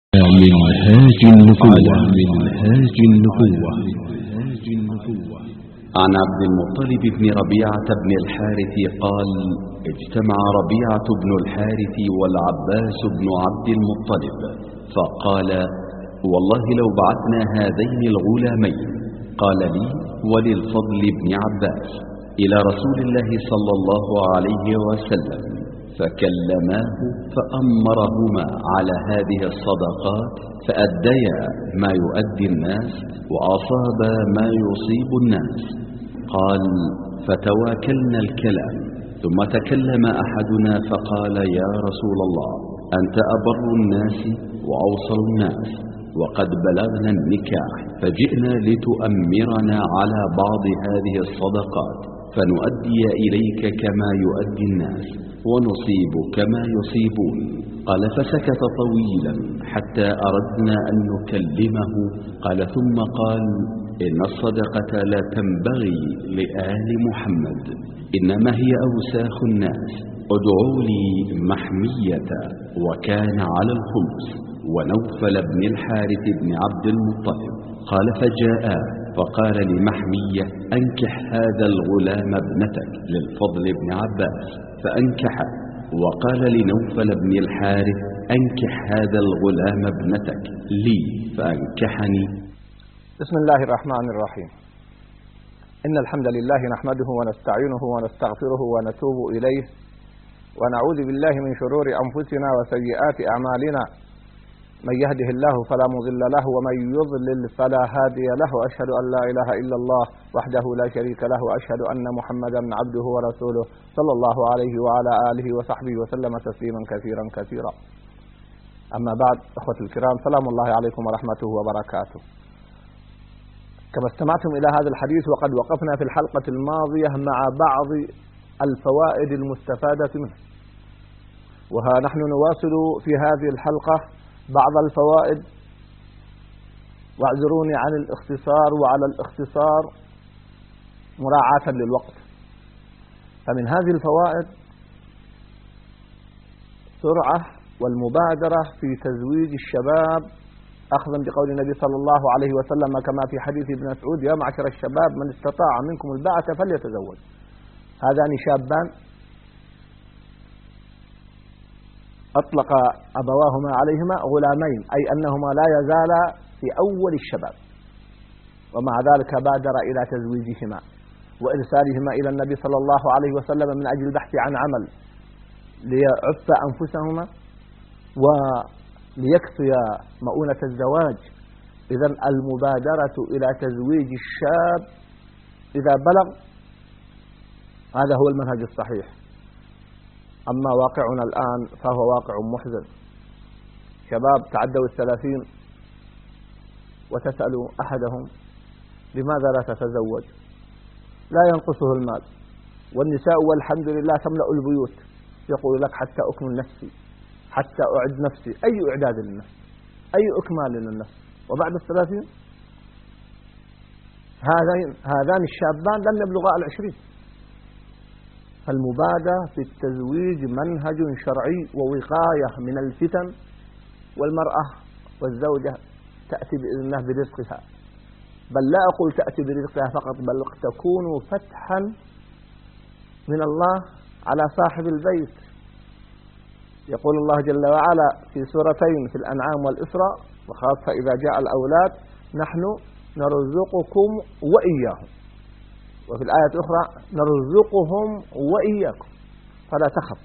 منهاج النبوة عن عبد المطلب بن ربيعة بن الحارث قال: اجتمع ربيعة بن الحارث والعباس بن عبد المطلب فقال: والله لو بعثنا هذين الغلامين، قال لي وللفضل بن عباس، إلى رسول الله صلى الله عليه وسلم فكلماه فأمرهما على هذه الصدقات فأديا ما يؤدي الناس وأصابا ما يصيب الناس. قال: فتواكلنا الكلام، ثم تكلم أحدنا فقال: يا رسول الله، أنت أبر الناس وأوصل الناس، وقد بلغنا النكاح، فجئنا لتؤمرنا على بعض هذه الصدقات فنؤدي إليك كما يؤدي الناس ونصيب كما يصيبون. قال: فسكت طويلا حتى أردنا أن نكلمه. قال: ثم قال: إن الصدقة لا تنبغي لآل محمد، إنما هي أوساخ الناس. ادعوا لي محمية وكان على الخمس ونوفل بن الحارث بن عبد المطلب. قال: فجاء فقال لمحمية: أنكح هذا الغلام ابنتك للفضل بن عباس، فأنكحه. وقال لنوفل بن الحارث: أنكح هذا الغلام ابنتك لي، فأنكحني. بسم الله الرحمن الرحيم. إن الحمد لله نحمده ونستعينه ونستغفره ونتوب إليه، ونعوذ بالله من شرور أنفسنا وسيئات أعمالنا، من يهده الله فلا مضل له ومن يضلل فلا هادي له. أشهد أن لا إله إلا الله وحده لا شريك له، وأشهد أن محمدا عبده ورسوله صلى الله عليه وعلى آله وصحبه وسلم تسليما كثيرا كثيرا. أما بعد، أخوة الكرام، سلام الله عليكم ورحمته وبركاته. كما استمعتم إلى هذا الحديث، وقد وقفنا في الحلقة الماضية مع بعض الفوائد المستفادة منه، وها نحن نواصل في هذه الحلقة بعض الفوائد، واعذروني عن الاختصار وعلى الاختصار مراعاة للوقت. فمن هذه الفوائد سرعة والمبادرة في تزويج الشباب، أخذا بقول النبي صلى الله عليه وسلم كما في حديث ابن مسعود: يا معشر الشباب من استطاع منكم الباءة فليتزوج. هذان شابان أطلق أبواهما عليهما غلامين، أي أنهما لا يزالا في أول الشباب، ومع ذلك بادر إلى تزويجهما وإرسالهما إلى النبي صلى الله عليه وسلم من أجل البحث عن عمل ليعف أنفسهما وليكفي مؤونة الزواج. إذن المبادرة إلى تزويج الشاب إذا بلغ، هذا هو المنهج الصحيح. أما واقعنا الآن فهو واقع محزن. شباب تعدوا 30 وتسأل أحدهم: لماذا لا تتزوج؟ لا ينقصه المال، والنساء والحمد لله تملأ البيوت. يقول لك: حتى أكمل نفسي، حتى أعد نفسي. أي إعداد للنفس؟ أي إكمال للنفس؟ وبعد 30 هذان الشابان لم يبلغا 20. فالمبادرة في التزويج منهج شرعي ووقاية من الفتن، والمرأة والزوجة تأتي بإذن الله برزقها، بل لا أقول تأتي برزقها فقط، بل تكون فتحا من الله على صاحب البيت. يقول الله جل وعلا في سورتين، في الأنعام والإسراء، وخاصة إذا جاء الأولاد: نحن نرزقكم وإياهم. وفي الآية الأخرى: نرزقهم وإياكم فلا تخف.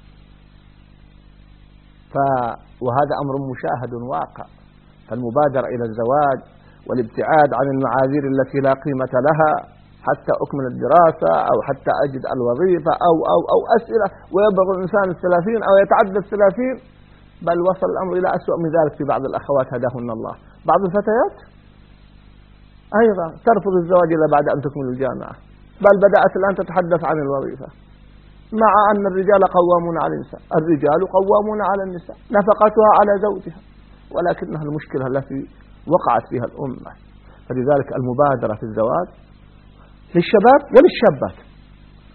وهذا أمر مشاهد واقع. فالمبادرة إلى الزواج والابتعاد عن المعاذير التي لا قيمة لها حتى أكمل الدراسة أو حتى أجد الوظيفة أو أسئلة، ويبلغ الإنسان 30 أو يتعدى 30، بل وصل الأمر إلى أسوأ من ذلك في بعض الأخوات هداهن الله. بعض الفتيات أيضا ترفض الزواج إلا بعد أن تكمل الجامعة، بل بدأت الآن تتحدث عن الوظيفة، مع أن الرجال قوامون على النساء، الرجال قوامون على النساء، نفقتها على زوجها، ولكنها المشكلة التي وقعت فيها الأمة. فلذلك المبادرة في الزواج للشباب وللشابات،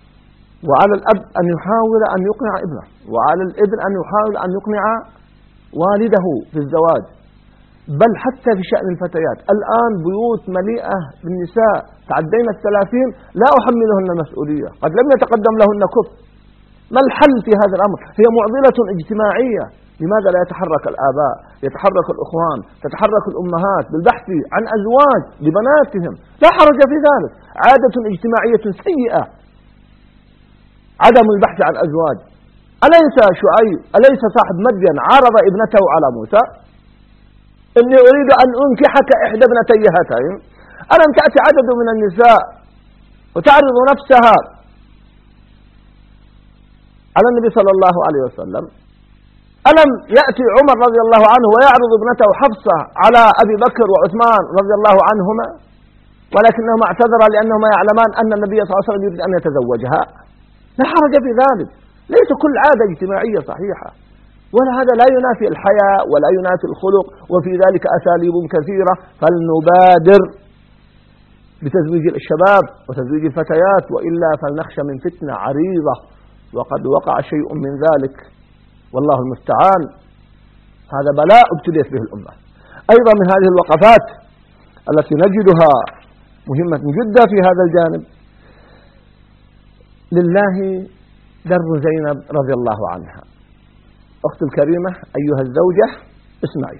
وعلى الأب أن يحاول أن يقنع ابنه، وعلى الابن أن يحاول أن يقنع والده في الزواج، بل حتى في شأن الفتيات. الآن بيوت مليئة بالنساء تعدين 30 لا أحملهن المسؤولية، قد لم يتقدم لهن كفء. ما الحل في هذا الأمر؟ هي معضلة اجتماعية. لماذا لا يتحرك الآباء، يتحرك الإخوان، تتحرك الأمهات بالبحث عن أزواج لبناتهم؟ لا حرج في ذلك، عادة اجتماعية سيئة عدم البحث عن أزواج. أليس شعيب، أليس صاحب مدين عرض ابنته على موسى إني أريد أن أنكحك إحدى ابنتي هاتين؟ ألم تأتي عدد من النساء وتعرض نفسها على النبي صلى الله عليه وسلم؟ ألم يأتي عمر رضي الله عنه ويعرض ابنته حفصة على أبي بكر وعثمان رضي الله عنهما، ولكنهما اعتذرا لأنهما يعلمان أن النبي صلى الله عليه وسلم يريد أن يتزوجها؟ لا حرج في ذلك، ليس كل عادة اجتماعية صحيحة، ولا هذا لا ينافي الحياء ولا ينافي الخلق، وفي ذلك أساليب كثيرة. فلنبادر بتزويج الشباب وتزويج الفتيات، وإلا فلنخشى من فتنة عريضة، وقد وقع شيء من ذلك والله المستعان. هذا بلاء ابتليت به الأمة. أيضا من هذه الوقفات التي نجدها مهمة جدا في هذا الجانب، لله در زينب رضي الله عنها. أخت الكريمة أيها الزوجة اسمعي،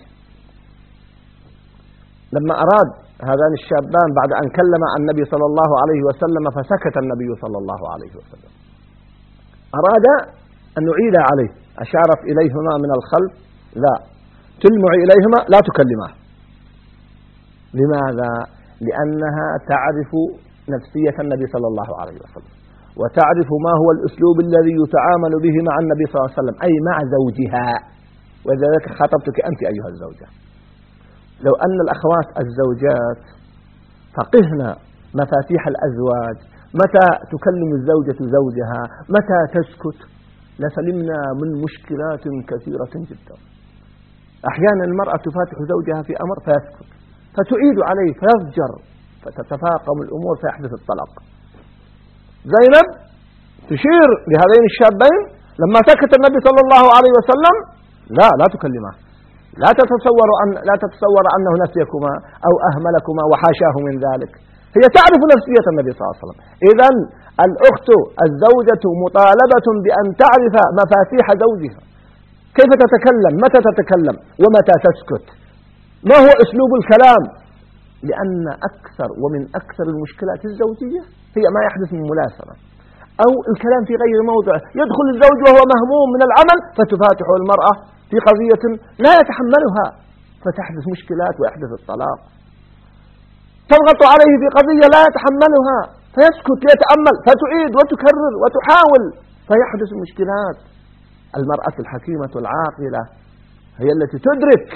لما أراد هذان الشابان بعد أن كلم النبي صلى الله عليه وسلم فسكت النبي صلى الله عليه وسلم، أراد أن نعيد عليه، أشارت إليهما من الخلف لا تلمع إليهما لا تكلما. لماذا؟ لأنها تعرف نفسية النبي صلى الله عليه وسلم، وتعرف ما هو الأسلوب الذي يتعامل به مع النبي صلى الله عليه وسلم، أي مع زوجها. وذلك خاطبتك أنت أيها الزوجة. لو أن الأخوات الزوجات فقهن مفاتيح الأزواج، متى تكلم الزوجة زوجها، متى تسكت، لسلمنا من مشكلات كثيرة جدا. أحيانا المرأة تفاتح زوجها في أمر فيسكت، فتعيد عليه فيضجر، فتتفاقم الأمور فيحدث الطلاق. زينب تشير لهذين الشابين لما سكت النبي صلى الله عليه وسلم لا تكلمه، لا تتصور أنه نسيكما أو أهملكما وحاشاه من ذلك. هي تعرف نفسية النبي صلى الله عليه وسلم. إذن الأخت الزوجة مطالبة بأن تعرف مفاتيح زوجها، كيف تتكلم، متى تتكلم، ومتى تسكت، ما هو أسلوب الكلام. لأن أكثر ومن أكثر المشكلات الزوجية هي ما يحدث من ملاسمة أو الكلام في غير موضعه. يدخل الزوج وهو مهموم من العمل فتفاتح المرأة في قضية لا يتحملها فتحدث مشكلات ويحدث الطلاق. تضغط عليه في قضية لا يتحملها فيسكت ليتأمل، فتعيد وتكرر وتحاول فيحدث مشكلات. المرأة الحكيمة العاقلة هي التي تدرك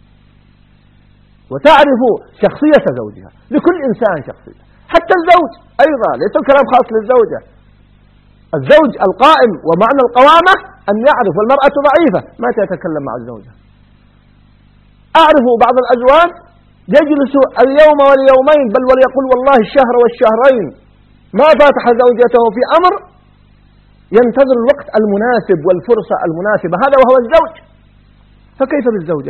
وتعرف شخصية زوجها. لكل إنسان شخصية، حتى الزوج أيضا، ليس الكلام خاص للزوجة. الزوج القائم ومعنى القوامة أن يعرف، والمرأة ضعيفة متى يتكلم مع الزوجة. أعرف بعض الأزواج يجلس اليوم واليومين بل وليقول والله الشهر والشهرين ما فاتح زوجته في أمر، ينتظر الوقت المناسب والفرصة المناسبة، هذا وهو الزوج. فكيف بالزوجة؟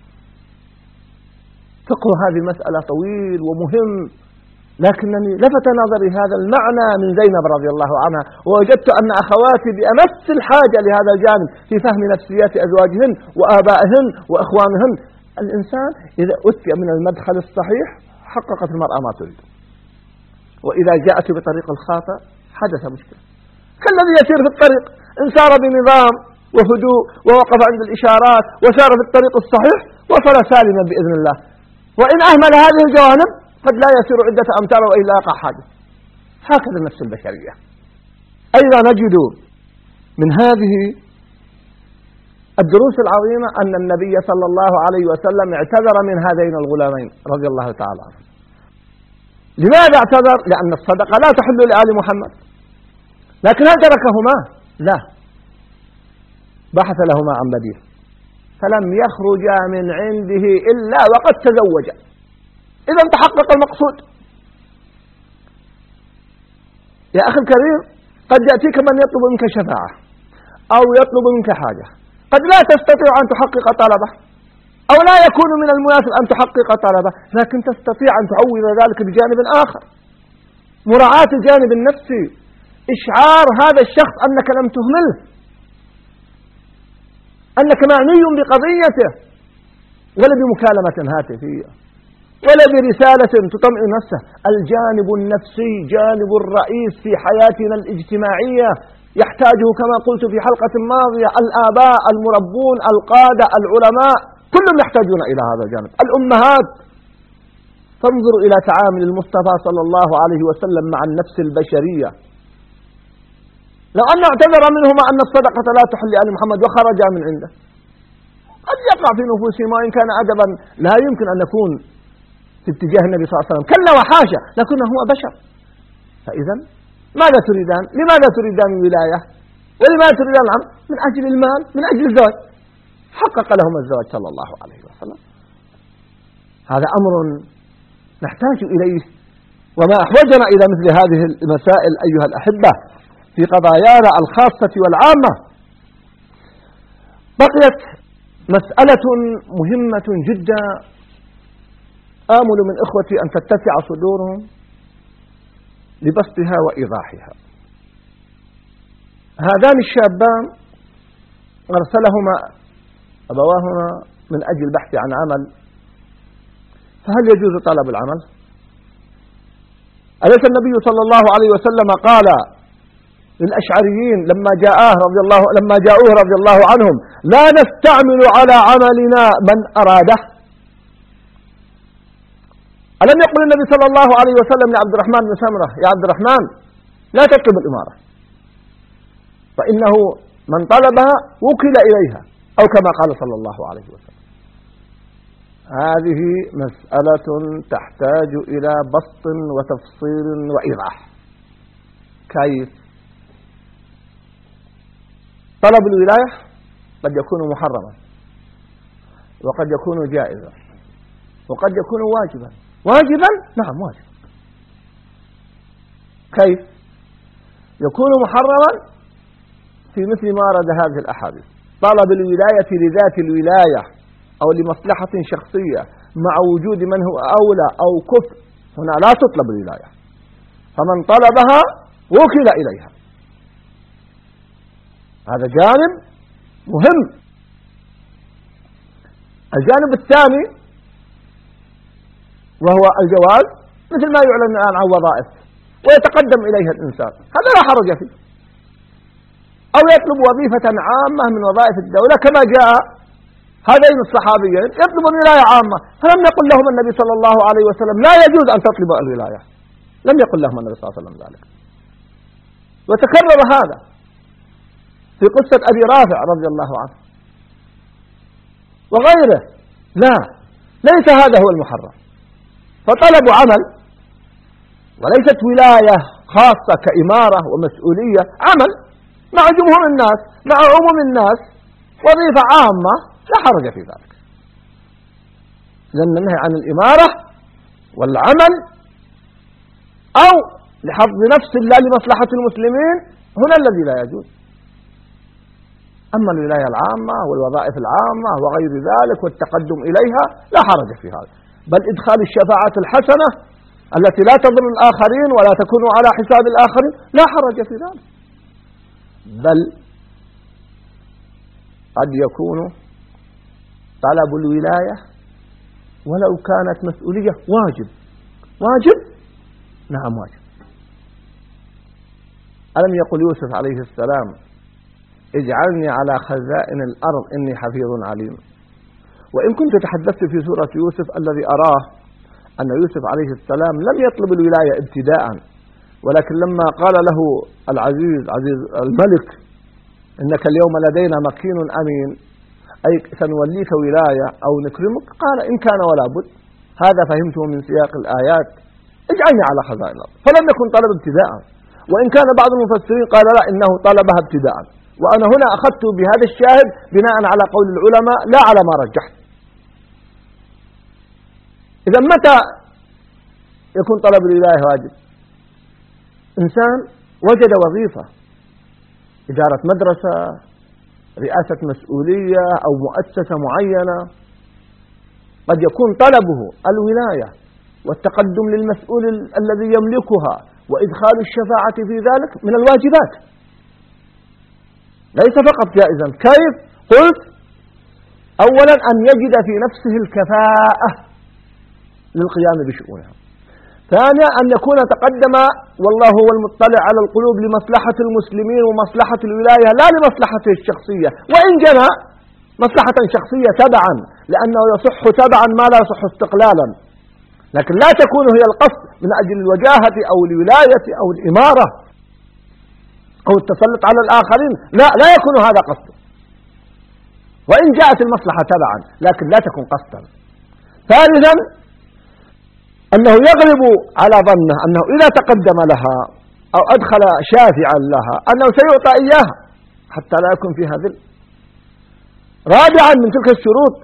فقه هذه المسألة طويل ومهم، لكنني لفت نظري هذا المعنى من زينب رضي الله عنها، ووجدت أن أخواتي بأمس الحاجة لهذا الجانب في فهم نفسيات أزواجهن وآبائهن وإخوانهن. الإنسان إذا أتي من المدخل الصحيح حققت المرأة ما تريد، وإذا جاءت بطريق الخاطئ حدث مشكلة. كالذي يسير في الطريق إن سار بنظام وهدوء ووقف عند الإشارات وسار في الطريق الصحيح وصل سالما بإذن الله، وإن أهمل هذه الجوانب قد لا يسير عدة أمتار وإلا يقع حادث. هكذا النفس البشرية. أيضا نجد من هذه الدروس العظيمة أن النبي صلى الله عليه وسلم اعتذر من هذين الغلامين رضي الله تعالى عنهم. لماذا اعتذر؟ لأن الصدقة لا تحل لآل محمد. لكن هل تركهما؟ لا، بحث لهما عن بديل، فلم يخرجا من عنده إلا وقد تزوجا. إذا تحقق المقصود. يا أخي الكريم، قد يأتيك من يطلب منك شفاعة أو يطلب منك حاجة قد لا تستطيع أن تحقق طلبه، أو لا يكون من المناسب أن تحقق طلبه، لكن تستطيع أن تعوض ذلك بجانب آخر، مراعاة الجانب النفسي، إشعار هذا الشخص أنك لم تهمله، أنك معني بقضيته، ولا بمكالمة هاتفية ولا برسالة تطمئن نفسه. الجانب النفسي جانب الرئيس في حياتنا الاجتماعية، يحتاجه كما قلت في حلقة ماضية الآباء، المربون، القادة، العلماء، كلهم يحتاجون إلى هذا الجانب. الأمهات، فانظروا إلى تعامل المصطفى صلى الله عليه وسلم مع النفس البشرية. لو أن اعتذر منهما أن الصدقة لا تحل لآل محمد وخرجا من عنده، قد يقع في نفوسهم وإن كان أدبا لا يمكن أن يكون في اتجاه النبي صلى الله عليه وسلم، كلا وحاشا، لكنه هو بشر. فإذا ماذا تريدان؟ لماذا تريدان الولاية؟ ولماذا تريدان الأمر؟ من أجل المال، من أجل الزواج. حقق لهم الزواج صلى الله عليه وسلم. هذا أمر نحتاج إليه، وما أحوجنا إلى مثل هذه المسائل أيها الأحبة في قضايانا الخاصة والعامة. بقيت مسألة مهمة جدا آمل من إخوتي أن تتسع صدورهم لبسطها وإيضاحها. هذان الشابان أرسلهما أبواهما من أجل البحث عن عمل، فهل يجوز طلب العمل؟ أليس النبي صلى الله عليه وسلم قال للأشعريين لما جاءوه رضي الله عنهم: لا نستعمل على عملنا من أراده؟ ألم يقل النبي صلى الله عليه وسلم لعبد الرحمن بن سمرة: يا عبد الرحمن لا تطلب الإمارة، فإنه من طلبها وكل إليها، أو كما قال صلى الله عليه وسلم. هذه مسألة تحتاج إلى بسط وتفصيل وإيضاح. كيف؟ طلب الولاية قد يكون محرما، وقد يكون جائزا، وقد يكون واجبا. واجبا؟ نعم واجب. كيف؟ يكون محرما في مثل ما ورد هذه الأحاديث: طلب الولاية لذات الولاية أو لمصلحة شخصية مع وجود من هو أولى أو كفء، هنا لا تطلب الولاية، فمن طلبها وكل إليها. هذا جانب مهم. الجانب الثاني وهو الجواز، مثل ما يعلن الآن عن وظائف ويتقدم إليها الإنسان، هذا لا حرج فيه، أو يطلب وظيفة عامة من وظائف الدولة كما جاء هذين الصحابيين يطلب الولاية عامة، فلم يقل لهم النبي صلى الله عليه وسلم لا يجوز أن تطلب الولاية، لم يقل لهم النبي صلى الله عليه وسلم ذلك. وتكرر هذا في قصة أبي رافع رضي الله عنه وغيره. لا، ليس هذا هو المحرم. فطلب عمل وليست ولاية خاصة كإمارة ومسؤولية، عمل مع جمهور الناس، مع عموم الناس، وظيفة عامة، لا حرج في ذلك، لأن النهي عن الإمارة والعمل أو لحفظ نفس لا لمصلحة المسلمين هنا الذي لا يجوز. أما الولاية العامة والوظائف العامة وغير ذلك والتقدم إليها لا حرج في هذا، بل إدخال الشفاعات الحسنة التي لا تضر الآخرين ولا تكون على حساب الآخرين لا حرج في ذلك. بل قد يكون طلب الولاية ولو كانت مسؤولية واجب. واجب؟ نعم واجب. ألم يقل يوسف عليه السلام: اجعلني على خزائن الأرض إني حفيظ عليم؟ وإن كنت تحدثت في سورة يوسف الذي أراه أن يوسف عليه السلام لم يطلب الولاية ابتداء، ولكن لما قال له العزيز عزيز الملك: إنك اليوم لدينا مكين أمين، أي سنوليك ولاية أو نكرمك، قال: إن كان ولا بد. هذا فهمته من سياق الآيات: اجعلني على خزائن الأرض. فلم يكن طلب ابتداء، وإن كان بعض المفسرين قال لا، إنه طلبها ابتداء. وأنا هنا أخذت بهذا الشاهد بناء على قول العلماء لا على ما رجحت. إذا متى يكون طلب الولاية واجب؟ إنسان وجد وظيفة، إدارة مدرسة، رئاسة مسؤولية أو مؤسسة معينة قد يكون طلبه الولاية والتقدم للمسؤول الذي يملكها وإدخال الشفاعة في ذلك من الواجبات، ليس فقط جائزا. كيف؟ قلت أولا أن يجد في نفسه الكفاءة للقيام بشؤونها. ثانيا أن يكون تقدم والله هو المطلع على القلوب لمصلحة المسلمين ومصلحة الولاية لا لمصلحته الشخصية، وإن جنى مصلحة شخصية تبعا، لأنه يصح تبعا ما لا يصح استقلالا، لكن لا تكون هي القصد من أجل الوجاهة أو الولاية أو الإمارة أو التسلط على الآخرين، لا يكون هذا قصده، وإن جاءت المصلحة تبعا لكن لا تكون قصدا. ثالثا أنه يغلب على ظنه أنه إذا تقدم لها أو أدخل شافعا لها أنه سيعطى إياها حتى لا يكون فيها ذل. رابعا من تلك الشروط،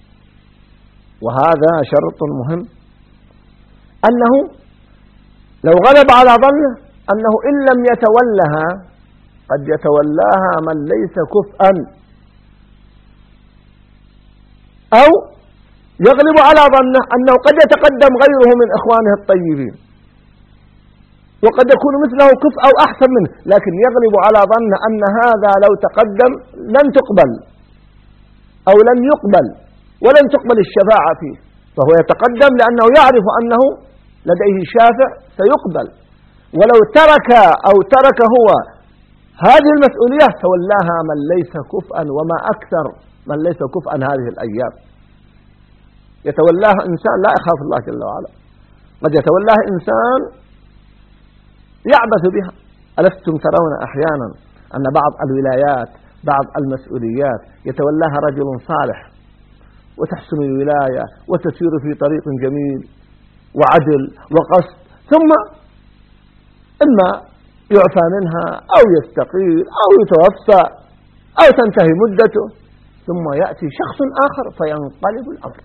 وهذا شرط مهم، أنه لو غلب على ظنه أنه إن لم يتولها قد يتولاها من ليس كفءا، أو يغلب على ظنه أنه قد يتقدم غيره من إخوانه الطيبين وقد يكون مثله كفء أو أحسن منه، لكن يغلب على ظنه أن هذا لو تقدم لن تقبل أو لن يقبل ولن تقبل الشفاعة فيه، فهو يتقدم لأنه يعرف أنه لديه شافع سيقبل، ولو ترك هو هذه المسؤولية تولاها من ليس كفءا، وما أكثر من ليس كفءا هذه الأيام. يتولاها إنسان لا يخاف الله جل وعلا، قد يتولاها إنسان يعبث بها. ألستم ترون أحيانا أن بعض الولايات بعض المسؤوليات يتولاها رجل صالح وتحسن الولاية وتسير في طريق جميل وعدل وقصد، ثم إما يعفى منها أو يستقيل أو يتوفى أو تنتهي مدته، ثم يأتي شخص آخر فينقلب الأمر،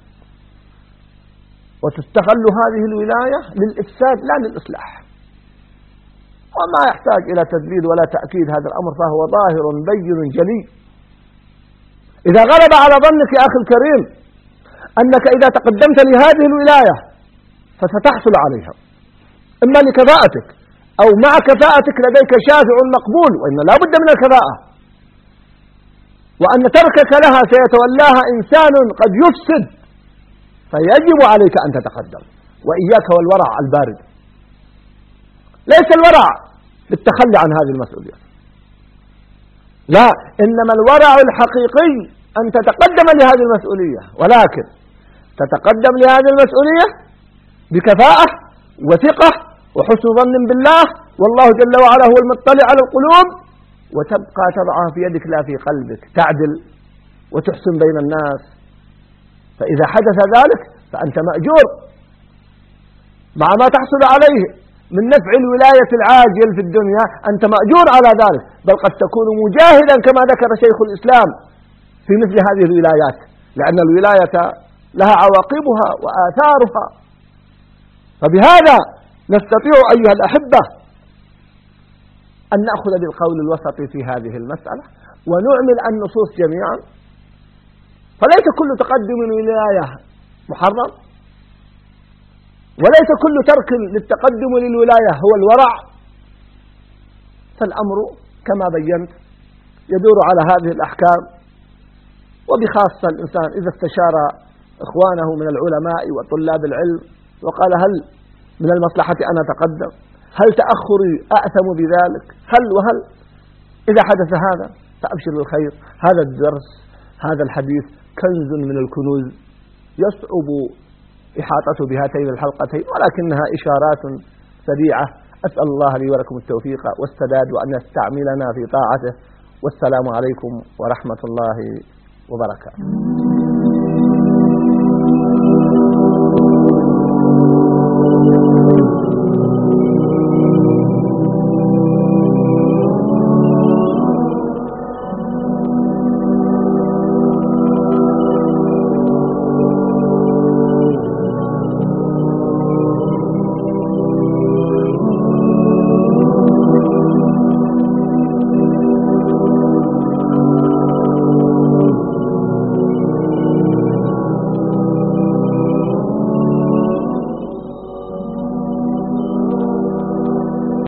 وتستغل هذه الولاية للإفساد لا للإصلاح، وما يحتاج إلى تدليل ولا تأكيد هذا الأمر، فهو ظاهر بين جلي. إذا غلب على ظنك يا أخي الكريم أنك إذا تقدمت لهذه الولاية فستحصل عليها، إما لكفاءتك أو مع كفاءتك لديك شافع مقبول، وإن لا بد من الكفاءة، وأن تركك لها سيتولاها إنسان قد يفسد، فيجب عليك أن تتقدم. وإياك والورع البارد، ليس الورع بالتخلي عن هذه المسؤولية، لا، إنما الورع الحقيقي أن تتقدم لهذه المسؤولية، ولكن تتقدم لهذه المسؤولية بكفاءة وثقة وحسن ظن بالله، والله جل وعلا هو المطلع على القلوب، وتبقى تضعها في يدك لا في قلبك، تعدل وتحسن بين الناس. فإذا حدث ذلك فأنت مأجور مع ما تحصل عليه من نفع الولاية العاجل في الدنيا، أنت مأجور على ذلك، بل قد تكون مجاهدا كما ذكر شيخ الإسلام في مثل هذه الولايات، لأن الولاية لها عواقبها وآثارها. فبهذا نستطيع أيها الأحبة أن نأخذ بالقول الوسط في هذه المسألة ونعمل النصوص جميعا، فليس كل تقدم الولاية محرم، وليس كل ترك للتقدم للولاية هو الورع، فالأمر كما بينت يدور على هذه الأحكام، وبخاصة الإنسان إذا استشار إخوانه من العلماء وطلاب العلم وقال هل من المصلحة أن أتقدم، هل تأخري أأثم بذلك، هل وهل، إذا حدث هذا فأبشر بالخير. هذا الدرس هذا الحديث كنز من الكنوز يصعب إحاطته بهاتين الحلقتين، ولكنها إشارات سريعة. أسأل الله لي ولكم التوفيق والسداد وأن يستعملنا في طاعته، والسلام عليكم ورحمة الله وبركاته.